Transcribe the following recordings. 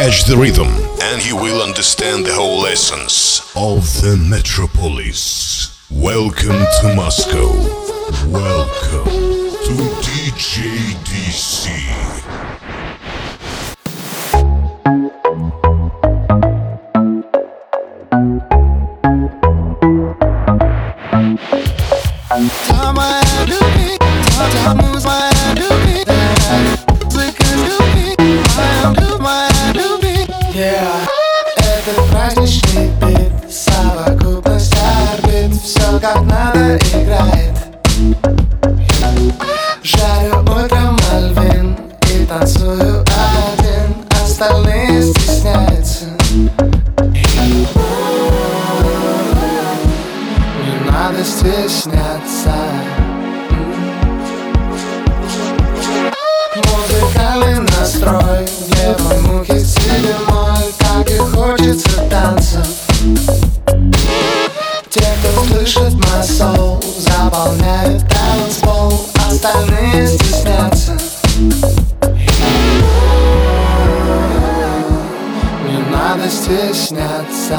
catch the rhythm and you will understand the whole essence of the metropolis. Welcome to Moscow. Welcome to DJ DC. Этот праздничный бит, совокупность орбит, все как надо играет. Жарю утром Мальвин и танцую один, остальные стесняются. Не надо стесняться. Музыкальный настрой, где муки седьмой, как и хочется танцев. Те, кто слышит мой соул, заполняют танцпол, остальные стеснятся. Не надо стесняться.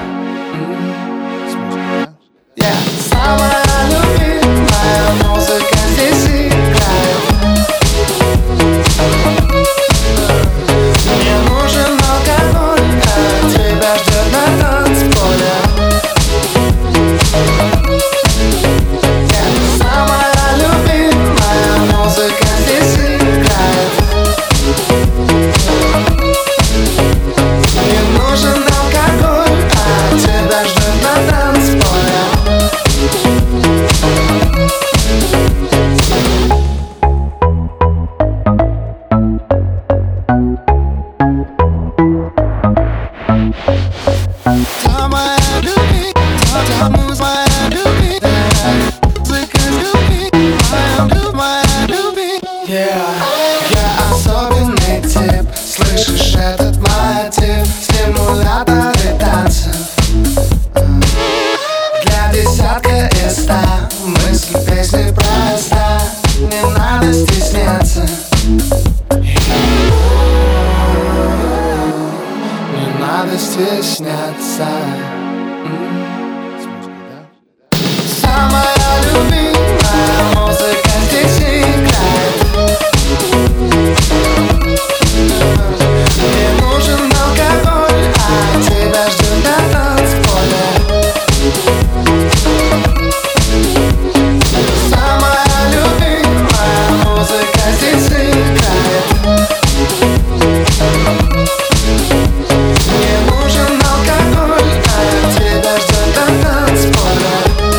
Самая любимая музыка здесь играет. Мне нужен алкоголь, а тебя ждет на танцполе. Самая любимая музыка здесь играет. Мне нужен алкоголь, а тебя ждет на танцполе. Я особенный тип, слышишь этот мотив, стимуляторы танцев. Для десятка из 100 мысль песни проста, не надо стесняться. Не надо стесняться. Самая любимая музыка здесь играет. Мне нужен алкоголь, а тебя ждет на танцполе. Самая любимая музыка здесь играет. Мне нужен алкоголь, а тебя ждет на танцполе.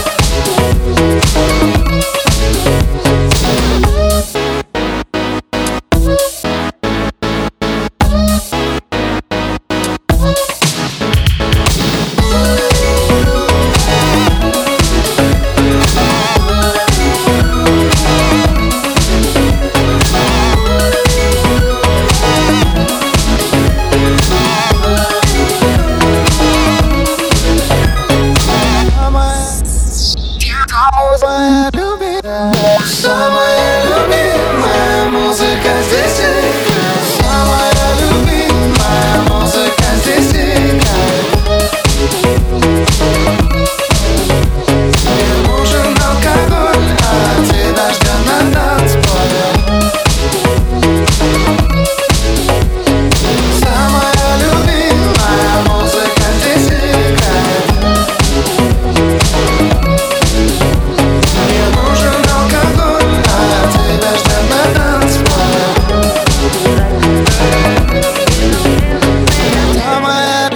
Самая любимая музыка здесь играет. Самая любимая музыка здесь играет. Мне нужен алкоголь, а тебя ждет на танцполе. Самая любимая музыка здесь играет. Мне нужен алкоголь, а тебя ждет на танцполе. Самая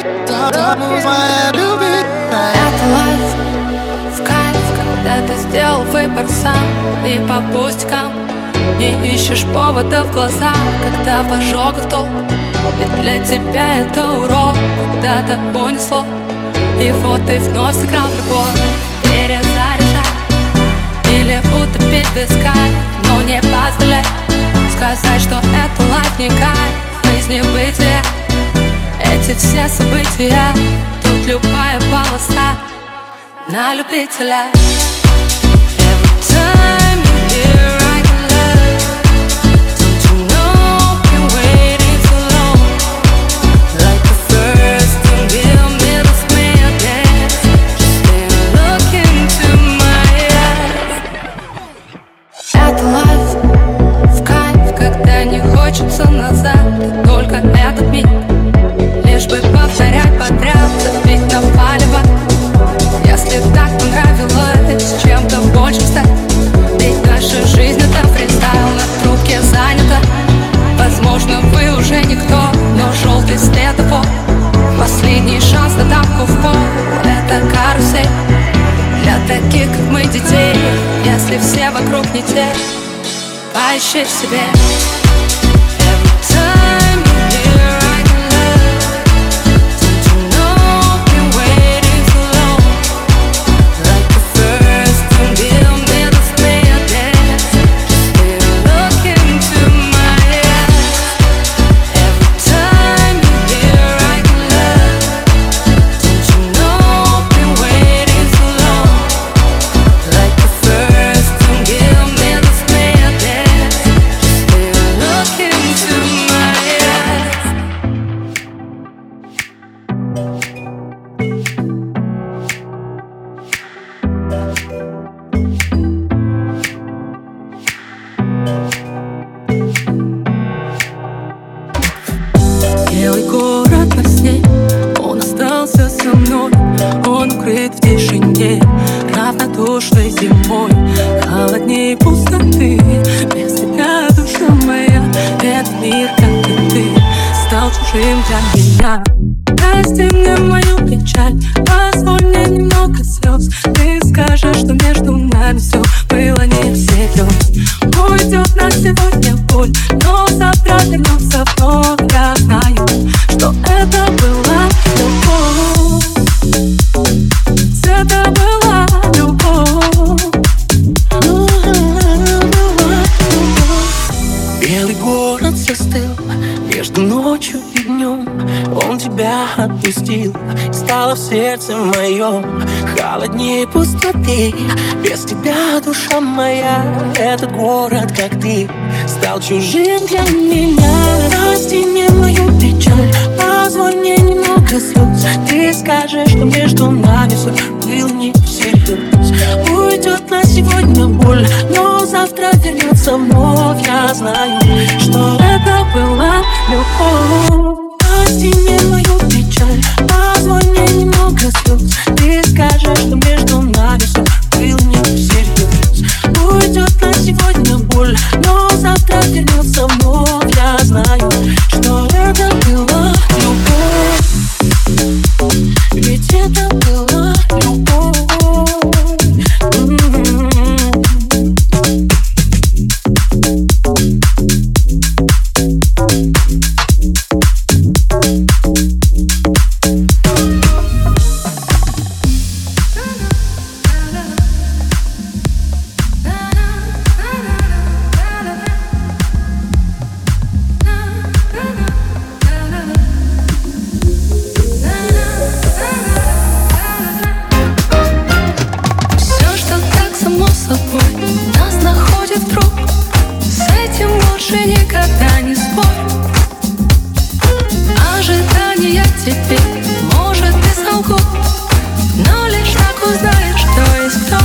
любимая. Это лайф, в кайф, когда ты сделал выбор сам. И по пустякам не ищешь повода в глаза, когда в ожогах толк. Ведь для тебя это урок, куда-то унесло. И вот ты вновь сыграл в любовь. Перезаряжай или утопить в искать, но не позволяй сказать, что это лайф не кайф. Жизнь не бытие, эти все события. Тут любая полоса на любителя. Every time you're here I can love. Don't you know, been waiting so long. не те. Поищи в себе. Every time you're here I can love. Don't you know I've been waiting so long? Like the first time, give me the smear dance. Still look into my eyes. Every time you're here I can love. Don't you know I've been waiting so long? Like the first time, give me the smear dance. Still look into my eyes. Белый город во сне, он остался со мной. Он укрыт в тишине, равнодушной зимой. Холоднее пустоты, без тебя душа моя. Этот мир, как и ты, стал чужим для меня. Прости мне мою печаль, позволь мне немного слез. Ты скажешь, что между нами все было не всерьез. Уйдет на сегодня боль, но завтра вернется вновь. Я знаю, что это была любовь. Это была любовь. Белый город застыл между ночью и днем. Он тебя отпустил, стало в сердце моем холоднее пустоты. Без тебя, душа моя, этот город, как ты, стал чужим для меня. Прости мне мою печаль, позволь мне немного слез. Ты скажешь, что между нами все было не всерьез. Уйдет на сегодня боль, но завтра вернется вновь. Я знаю, что это была любовь. Прости мне мою печаль, позволь мне немного слез. Ты скажешь, что между нами все было не всерьез. Уйдет на сегодня боль, но завтра вернется вновь. Я знаю, что это была любовь. Ведь это была любовь. Нас находит вдруг, с этим лучше никогда не спорь. Ожидания теперь, может, и солгут, но лишь так узнаешь, кто есть кто.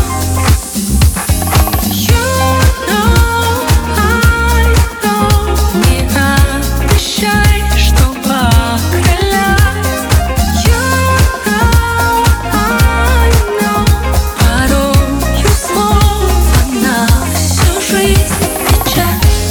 You know, I know. Не обещай, что покрылась. You know, I know. Порою слово на всю жизнь печаль.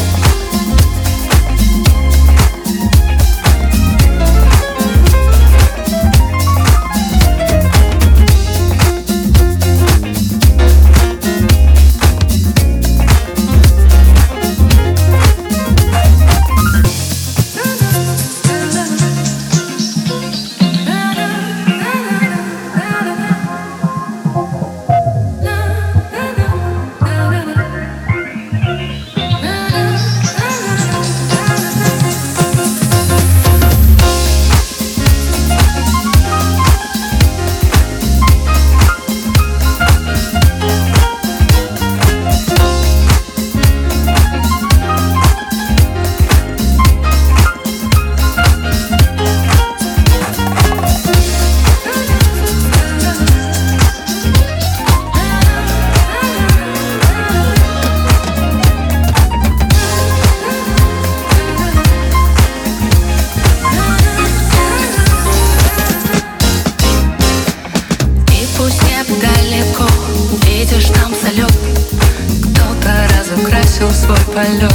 начал свой полет.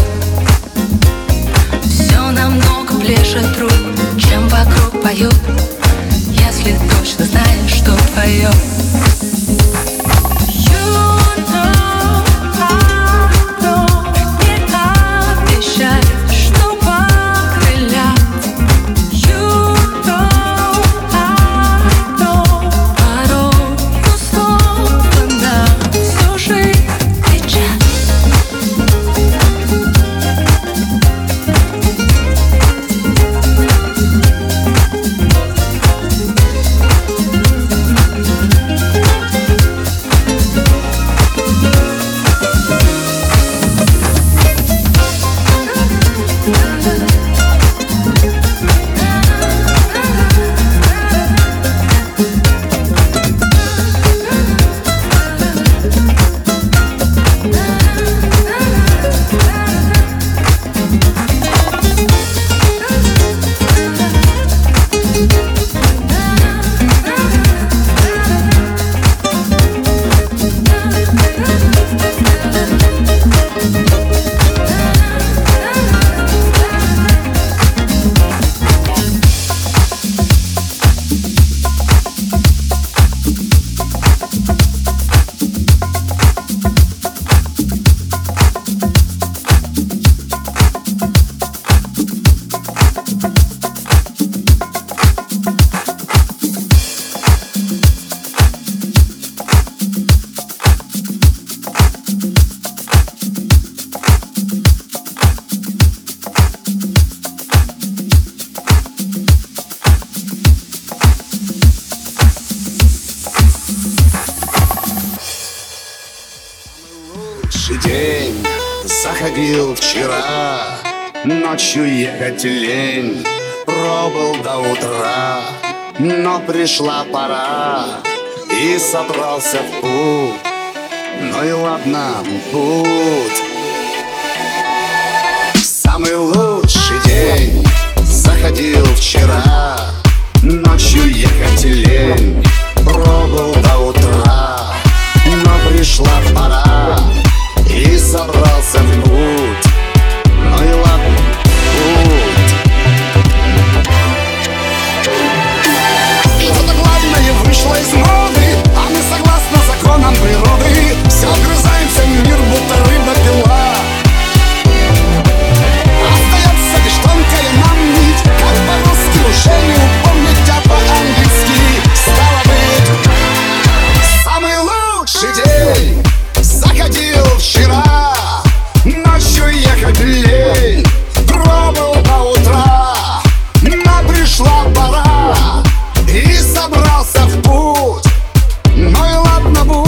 Все намного ближе, друг, чем вокруг поют, если точно знаешь, что твое. You know I заходил вчера. Ночью ехать лень, пробыл до утра. Но пришла пора, и собрался в путь. Ну и ладно, путь. Самый лучший день заходил вчера. Ночью ехать лень, пробыл до утра. Но пришла пора, и собрался в путь. Ну и ладно, путь. Что-то главное вышло из моды, а мы согласно законам природы все вгрызаемся в мир, будто рыба пила. Остается лишь тонкая нам нить, как по-русски уже не упомнить, а по-английски стало быть. Самый лучший день заходил вчера. Ночью ехать лень, пробыл до утра. Но пришла пора, и собрался в путь. Ну и ладно, будь.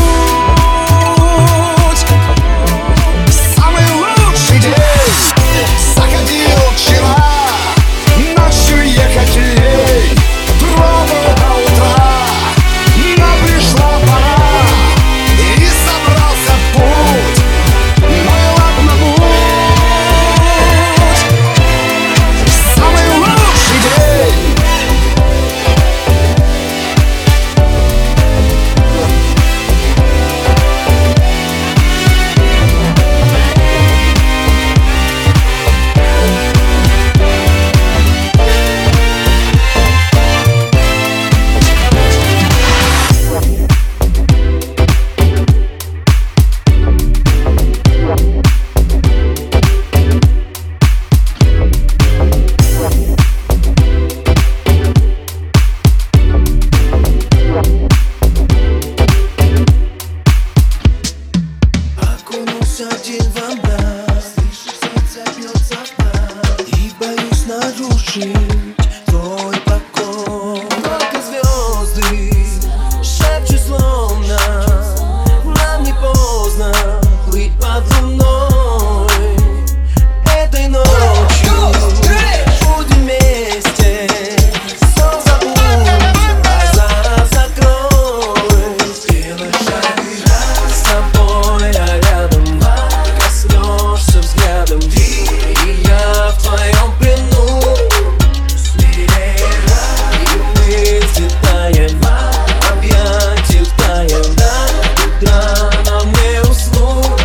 Самый лучший день заходил вчера. Ночью ехать лень, пробыл до утра. Но пришла пора, и собрался в путь. Ну и ладно, будь. Самый лучший день. Окунулся один в нас, слышу, сердце бьется в такт. И боюсь нарушить твой покой. Только звезды шепчут словно нам не поздно плыть под луной. Этой ночью будем вместе, сон забудь, глаза закрой. Сделай шаг и раз с тобой я рядом, коснешься взглядом, и я в твоем плену. Смелее, и мы взлетаем, в объятиях таем, до утра нам не уснуть.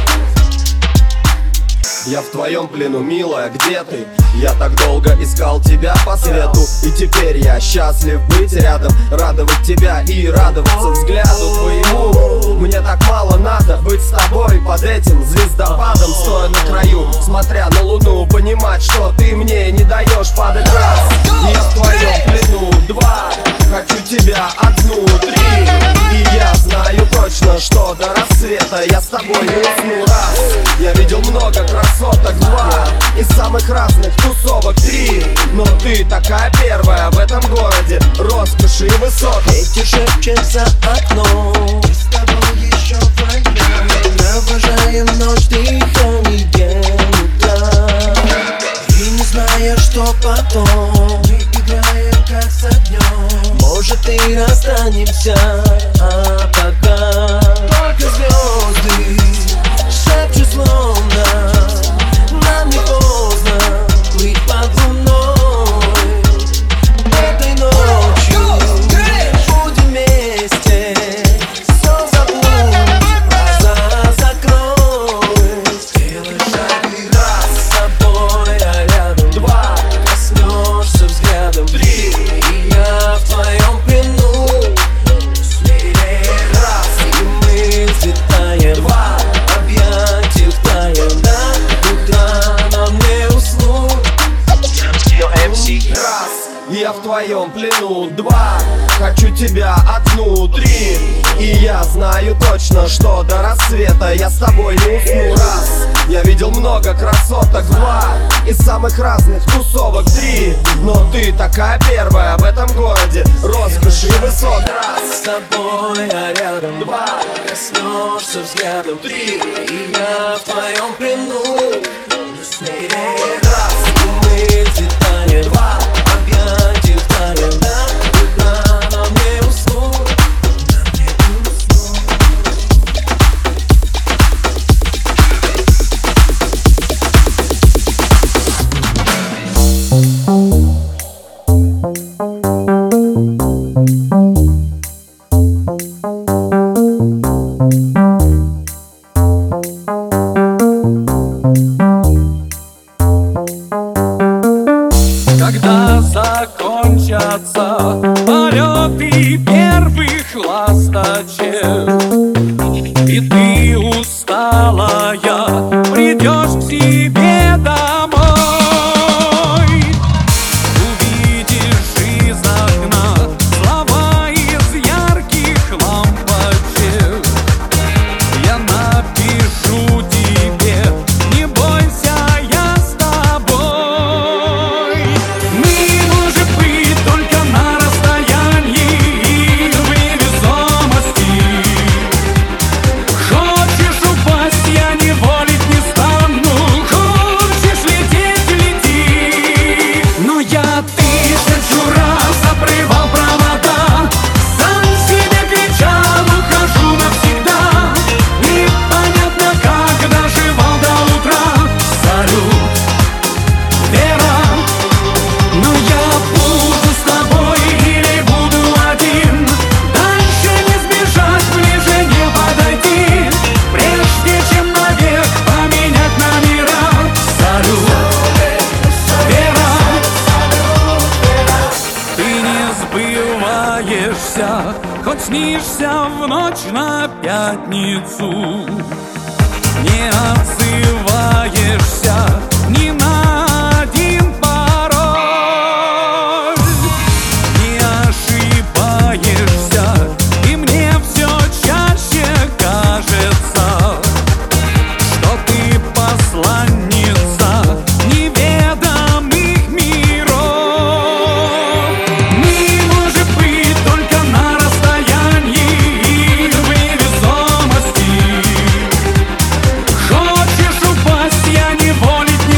Я в твоем плену, милая, где ты? Я так долго искал тебя по свету, и теперь я счастлив быть рядом, радовать тебя и радоваться взгляду твоему. Мне так мало надо быть с тобой под этим звездопадом, стоя на краю, смотря на луну, понимать, что ты мне не даешь падать раз. Я в твоем плену, два, хочу тебя одну, три. И я знаю точно, что до рассвета я с тобой не усну раз. Я видел много красоток, два, из самых разных тусовок, три. Но ты такая первая в этом городе, роскоши и высот. Ветер шепчет за окном, мы с тобой еще вдвоем провожаем ночь дыханием утра. И не зная, что потом, мы играем как с огнем. Может и расстанемся, а пока только звезды шепчут словно нам не поздно плыть под луной. Этой ночью будем вместе, сон забудь, глаза закрой. Сделай шаг и раз с тобой я рядом, два, коснешься взглядом, три. И я в твоем плену. Смелее раз, и мы взлетаем, два, в объятиях таем, до утра нам не уснуть. Раз, я в твоем плену, два, хочу тебя одну, три. И я знаю точно, что до рассвета я с тобой не усну раз. Я видел много красоток, 2 из самых разных тусовок, 3. Но ты такая первая в этом городе, роскошь и высот. С тобой я рядом, 2. Коснешься взглядом, 3. И я в твоем плену. Раз, мы титане, 2. Объятий вдали, да, нам не уснуть. Когда закончатся полеты первых ласточек, и ты усталая придешь к себе домой, увидишь из окна слова из ярких лампочек. Я напишу тебе: не бойся, я с тобой. Мы, может быть, только на расстоянии и в невесомости. Хочешь упасть, я не волить не стану. Хочешь лететь, лети. Но я 1000 раз обрывал провода, сам себе кричал: ухожу навсегда. Непонятно, как доживал до утра. Салют, Вера. Но я буду с тобой или буду один. Дальше не сбежать, ближе не подойти. Прежде чем навек поменять номера. Салют, Вера. Ты не сбываешься, хоть снишься в ночь на пятницу. Не отзываешься ни на один пароль. Не ошибаешься, и мне все чаще кажется, что ты посланница неведомых миров. Мы, может быть, только на расстоянии и в невесомости. Хочешь упасть, я не волить не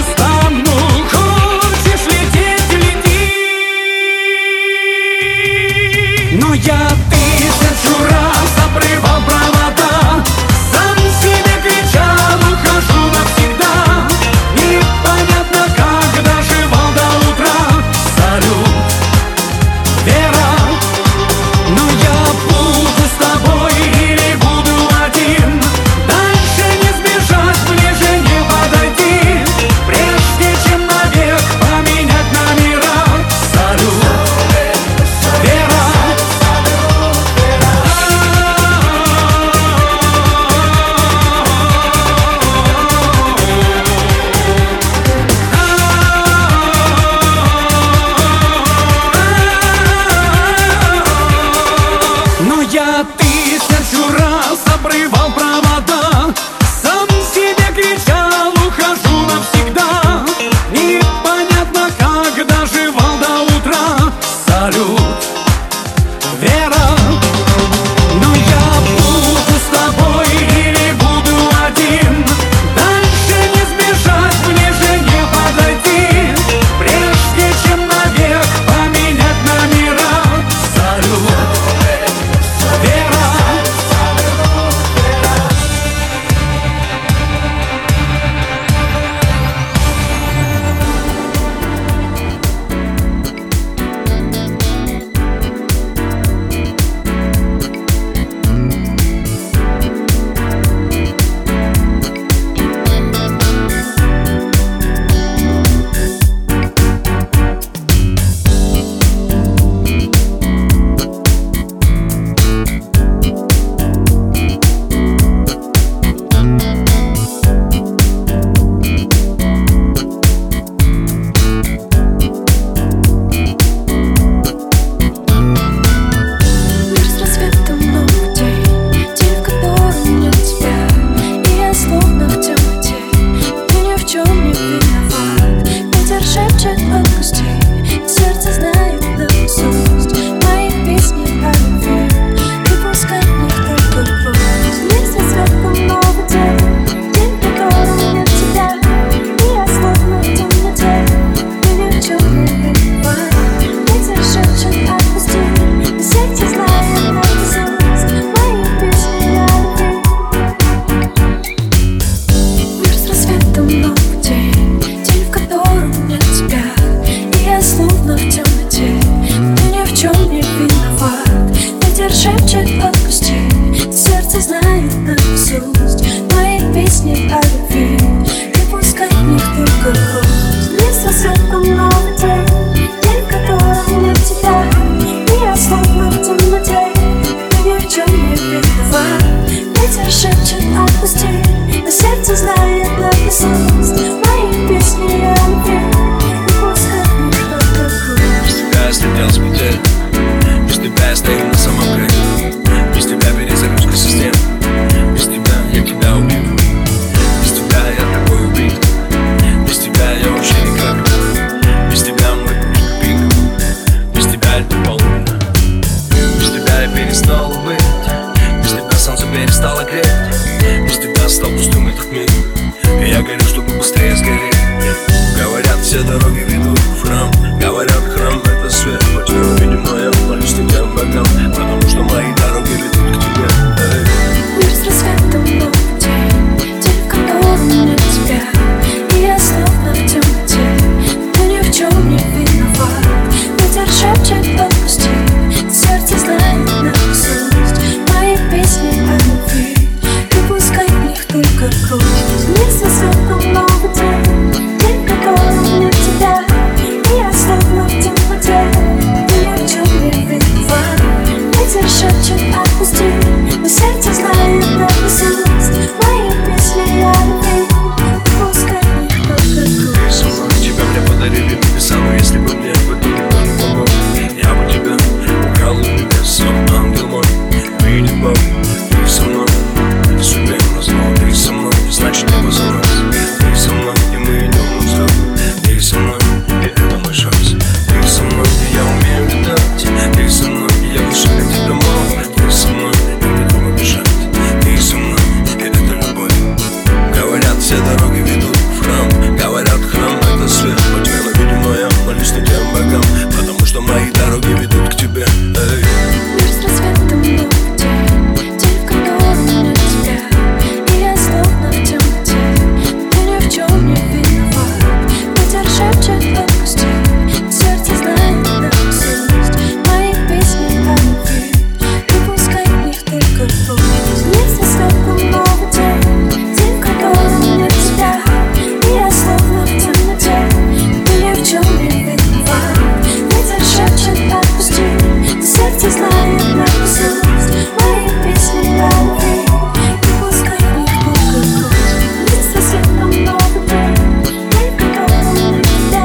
хочет отпустить, сердце знает наизусть мои песни о любви, и пускай в них только грусть. Вместе с светом много день, день, в котором нет тебя, и я словно в темноте, и я в чем не виноват. Ветер шепчет отпусти, но сердце знает наизусть мои песни о любви, и пускай в них только грусть. Сама тебя мне подарили небеса, но если бы мне в этом никто не помог, я бы тебя украл у небес. Ангел мой, видит Бог, ты со мной, это судьбе назло. Ты со мной, значит небо за нас. Ты со мной, и мы идем на взлет. Ты со мной, и это мой шанс. Ты со мной, и я умею летать. Ты со мной, и я лучше лететь домой. Ты со мной, и мне трудно бежать. Ты со мной, и это любовь. Говорят, все дороги ведут в храм. Говорят, храм — это свет по тьме, но, видимо, я молюсь не тем богам, потому что мои дороги ведут к тебе. Эй. Мир с рассветом новый день, день, в котором нет тебя, и я словно в темноте, ты ни в чем не виноват. Ветер шепчет отпусти, сердце знает наизусть мои песни о любви, и пускай в них только грусть. Мир с рассветом новый день, день, в котором нет тебя, и я словно в темноте, ты ни в чем не виноват. Ветер шепчет отпусти, сердце знает наизусть мои песни о любви, и пускай в них только грусть. Мир с рассветом новый день, день, в котором нет тебя,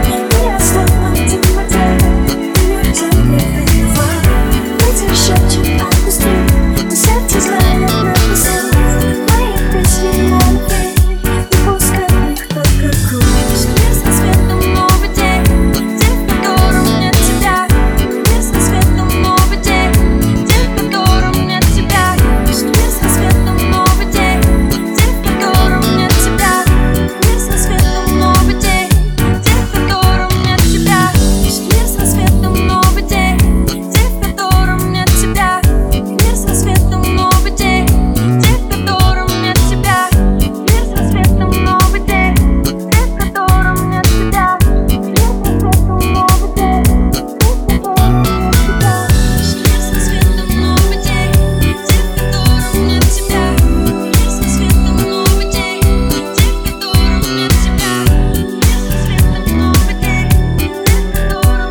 и я словно в темноте, ты ни в чем не виноват. Ветер шепчет отпусти, сердце знает наизусть мои песни о любви, и пускай в них только грусть. Мир с рассветом новый день, день, в котором нет тебя. Мир с рассветом новый день, день, в котором нет тебя. Мир с рассветом новый день, день, в котором нет тебя. Мир с рассветом новый день, день, в котором нет тебя. Мир с рассветом новый день, день, в котором нет тебя. Мир с рассветом новый день, день, в котором нет тебя. Мир с рассветом новый день, день, в котором нет тебя. Мир с рассветом новый день, день, в котором нет тебя. Мир с рассветом новый день, день, в котором нет тебя. Мир с рассветом новый день, день, в котором нет тебя. Мир с рассветом новый день, день, в котором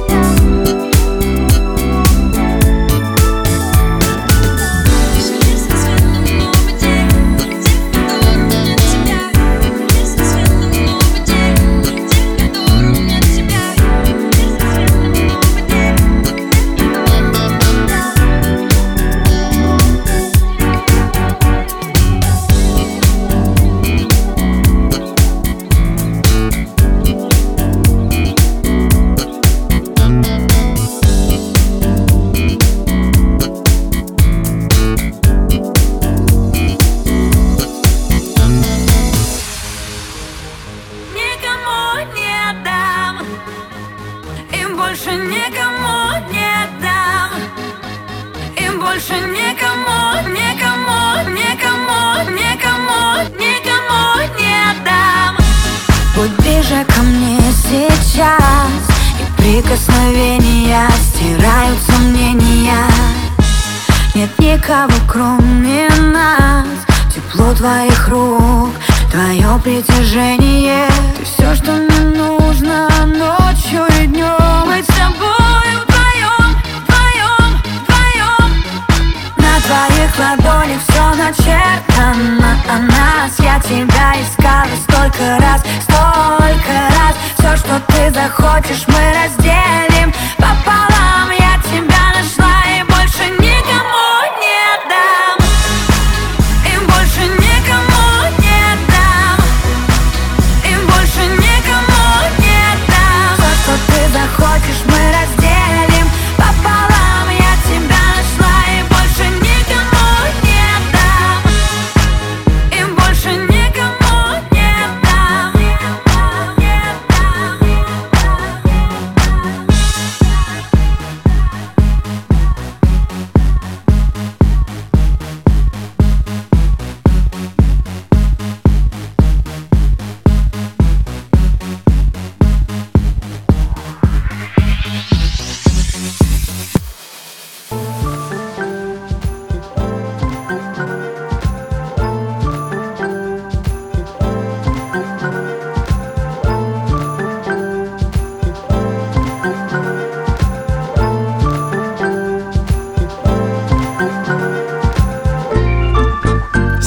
никому не дам, им больше никому не дам, им больше никому, никому, никому, никому, никому не дам. Будь ближе ко мне сейчас, и прикосновения стирают сомнения. Нет никого кроме нас, тепло твоих рук, твое притяжение. Ты все, что мне нужно ночью и днем. Быть с тобой вдвоем, вдвоем, вдвоем. На твоих ладонях все начертано о нас. Я тебя искала столько раз, столько раз. Все, что ты захочешь, мы разделим пополам. Я тебя нашла и больше никому не дам. Им больше никому не дам. Им больше никому не дам. Все, что ты захочешь, мы разделим пополам. Я тебя нашла и больше никому не дам. Им больше никому не дам.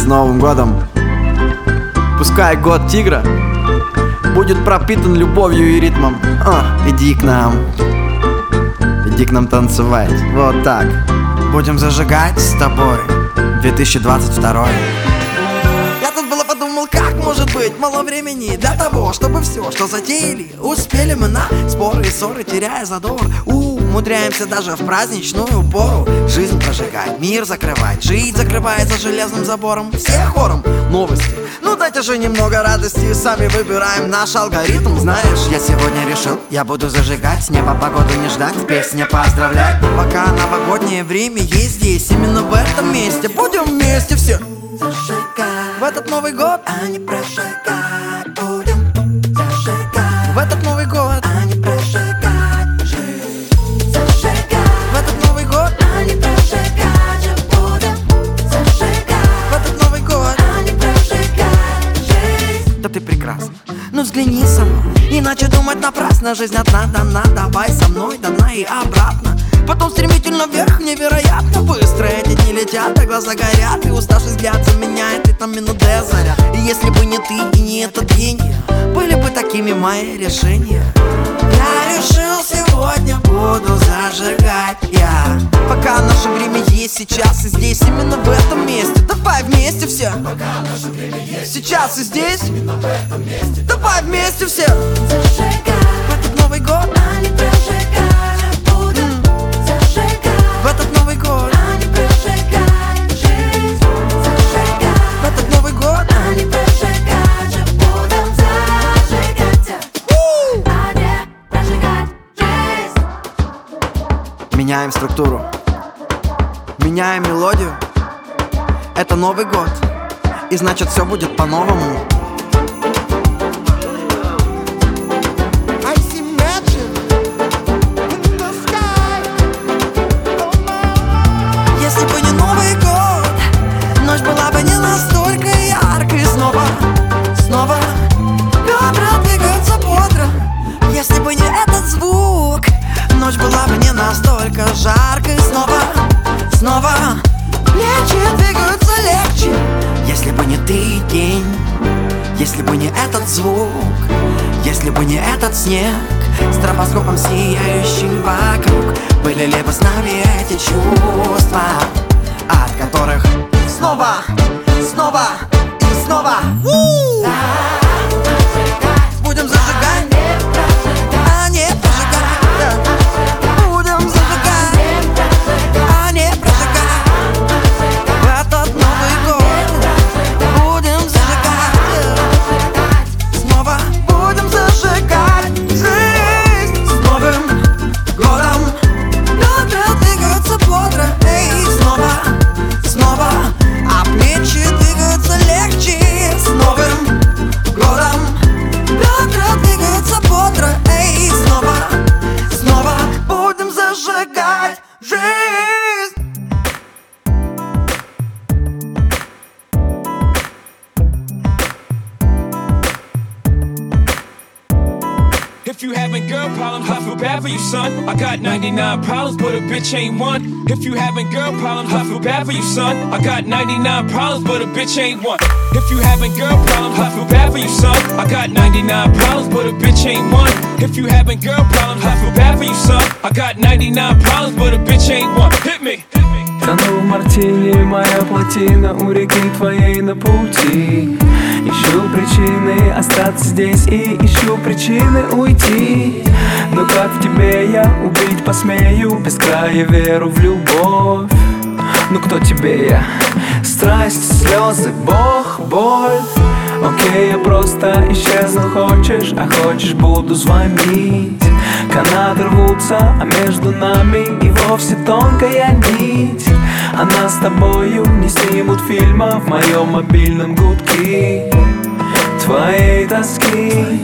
Новым годом! Пускай год тигра будет пропитан любовью и ритмом. Иди к нам танцевать. Вот так. Будем зажигать с тобой 2022. Я тут было подумал, как может быть мало времени для того, чтобы все, что затеяли, успели мы на споры и ссоры, теряя задор. Умудряемся даже в праздничную пору жизнь прожигать, мир закрывать, жить закрывая за железным забором. Все хором новости, ну дайте же немного радости, сами выбираем наш алгоритм. Знаешь, я сегодня решил, я буду зажигать, с неба погоду не ждать, песня поздравлять. Пока новогоднее время есть здесь, именно в этом месте будем вместе все зажигать. В этот Новый год, а не прожигать, будем зажигать. В этот Новый год, а не прожигать жизнь. Зажигать. В этот Новый год, а не прожигать же будем зажигать. В этот Новый год, а не прожигать жизнь. Да ты прекрасна. Ну взгляни сама, иначе думать напрасно. Жизнь одна дана, давай со мной до дна и обратно. Потом стремительно вверх, невероятно быстро. Эти дни летят, а глаза горят, и уставший взгляд заменяет ритм минуты заряд. И если бы не ты и не этот день, были бы такими мои решения. Я решил, сегодня буду зажигать я. Пока наше время есть сейчас и здесь, именно в этом месте. Давай вместе все. Пока наше время есть сейчас и здесь, именно в этом месте. Давай вместе все зажигать. В этот Новый год, а не прожигать, будем зажигать. В этот Новый год, а не прожигать жизнь. Зажигать. В этот Новый год, а не прожигать же будем зажигать. А не прожигать жизнь. Меняем структуру, меняем мелодию. Это Новый год, и значит все будет по-новому. Если бы не Новый год, ночь была бы не настолько яркой. Снова бедра двигаются бодро. Если бы не этот звук, ночь была бы не настолько жаркой. Снова плечи двигаются легче. Если бы не ты, день, если бы не этот звук, если бы не этот снег, стробоскопом сияющим вокруг, были ли бы с нами эти чувства, от которых снова и снова будем зажигать, а не прожигать. Будем зажигать, а не прожигать. В этот Новый год будем зажигать. Снова будем зажигать жизнь. С Новым годом бедра двигаются бодро. Эй, снова, а плечи двигаются легче. С Новым годом бедра двигаются бодро. Эй, снова будем зажигать жизнь. If you having girl problems, I feel bad for you, son. I got 99 problems, but a bitch ain't one. If you having girl problems, I feel bad for you, son. I got 99 problems, but a bitch ain't one. If you having girl problems, I feel bad for you, son. I got 99 problems, but a bitch ain't one. If you having girl problems, I feel bad for you, son. I got 99 problems, but a bitch ain't one. Hit me. Тону в мартини, моя плотина у реки твоей на пути. Ищу причины остаться здесь и ищу причины уйти. Но как в тебе я убить посмею, без края веру в любовь. Ну кто тебе я? Страсть, слезы, Бог, боль. Окей, я просто исчезну, хочешь, а хочешь буду звонить. Канаты рвутся, а между нами и вовсе тонкая нить. А нас с тобою не снимут фильма в моем мобильном гудке твоей тоски.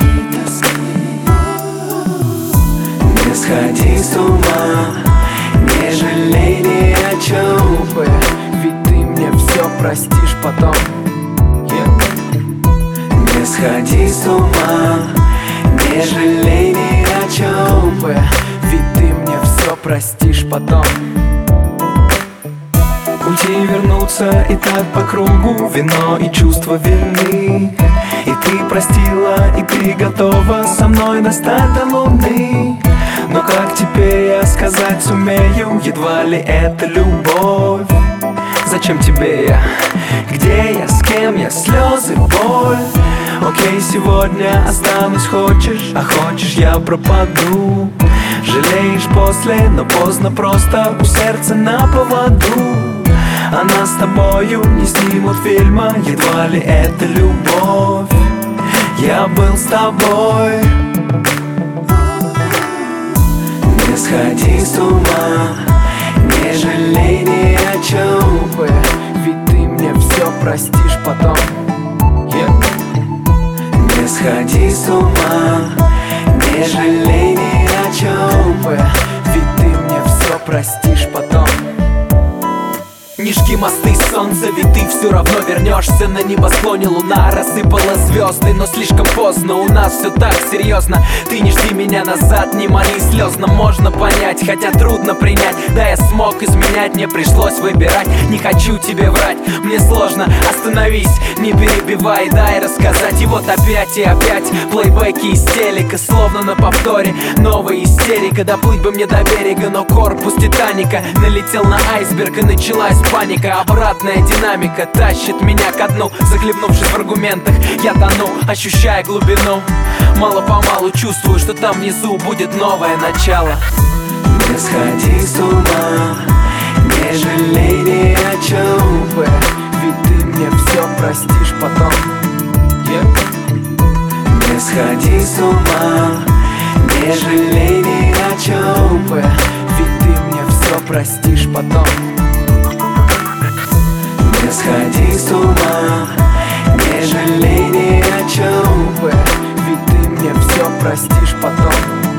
Не сходи с ума, не жалей ни о чем, ведь ты мне все простишь потом. Не сходи с ума, не жалей ни о чем, ведь ты мне все простишь потом. Уйти, вернуться и так по кругу. Вино и чувство вины. И ты простила, и ты готова со мной достать до луны. Но как теперь я сказать сумею? Едва ли это любовь. Зачем тебе я? Где я? С кем я? Слезы, боль. Окей, сегодня останусь, хочешь, а хочешь я пропаду. Жалеешь после, но поздно, просто у сердца на поводу. А нас с тобою не снимут фильма, едва ли это любовь. Я был с тобой. Не сходи с ума, не жалей ни о чем, ведь ты мне все простишь потом. Не сходи с ума, не жалей ни о чем, ведь ты мне все простишь потом. Не жги мосты, солнце, ведь ты все равно вернешься. На небосклоне луна рассыпала звезды, но слишком поздно, у нас все так серьезно. Ты не жди меня назад, не моли слезно. Можно понять, хотя трудно принять. Да, я смог изменять, мне пришлось выбирать. Не хочу тебе врать, мне сложно. Остановись, не перебивай, дай рассказать. И вот опять и опять плейбеки из телека, словно на повторе новая истерика. Доплыть бы мне до берега, но корпус Титаника налетел на айсберг и началась паника. Обратная динамика тащит меня ко дну. Захлебнувшись в аргументах, я тону, ощущая глубину. Мало-помалу чувствую, что там внизу будет новое начало. Не сходи с ума, не жалей ни о чем, ведь ты мне все простишь потом. Не сходи с ума, не жалей ни о чем, ведь ты мне все простишь потом. Не сходи с ума, не жалей ни о чем, ведь ты мне все простишь потом.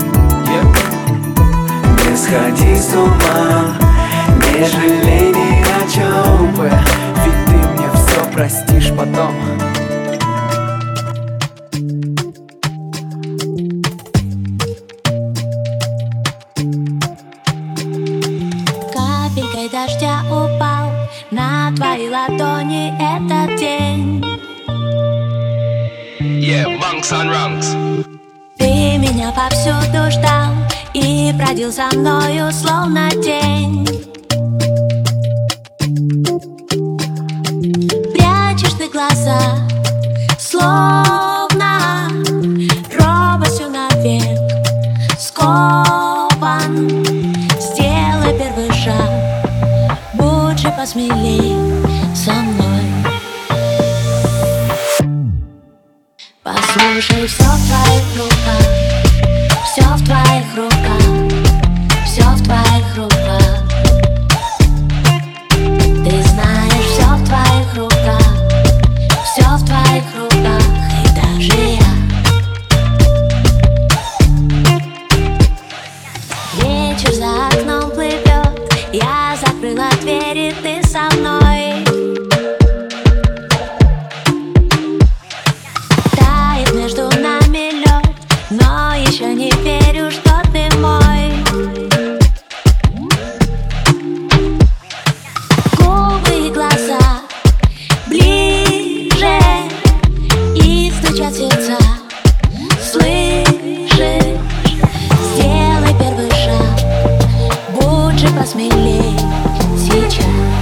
Не сходи с ума, не жалей ни о чем, ведь ты мне все простишь потом. Капелькой дождя упал на твои ладони этот день. Bunks and ranks. Ты меня повсюду ждал и бродил за мною словно тень. Прячешь ты глаза, словно робостью навек скован. Сделай первый шаг, будь же посмелей со мной. Послушай, все в твоих руках, все в твоих руках, все в твоих руках. Ты знаешь, все в твоих руках, все в твоих руках, и даже я. Вечер за окном плывет, я закрыла дверь, и ты со мной. Тает между нами лед, но еще не верю, что ты мой. Губы и глаза ближе, и стучат сердца. Слышишь? Сделай первый шаг, будь же посмелей сейчас.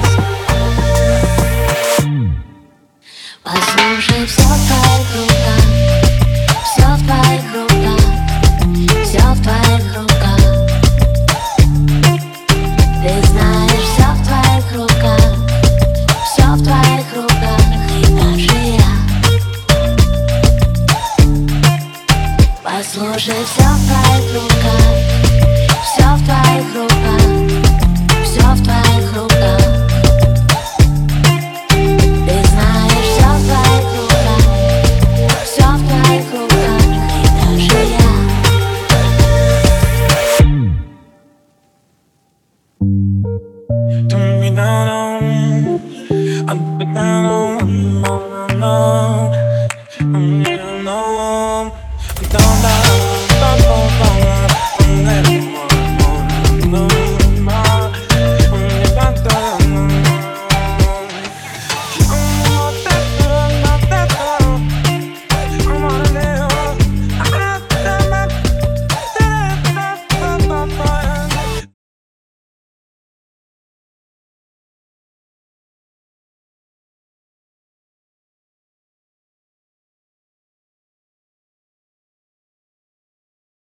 Послушай, все в твоих руках, все в твоих руках, все в твоих руках. Ты знаешь, все в твоих руках, все в твоих руках, и даже я. Послушай, все в твоих руках, все в твоих руках, все в твоих руках. Ты знаешь, все в твоих руках, все в твоих руках, и даже я. Turn me down, up and down, no.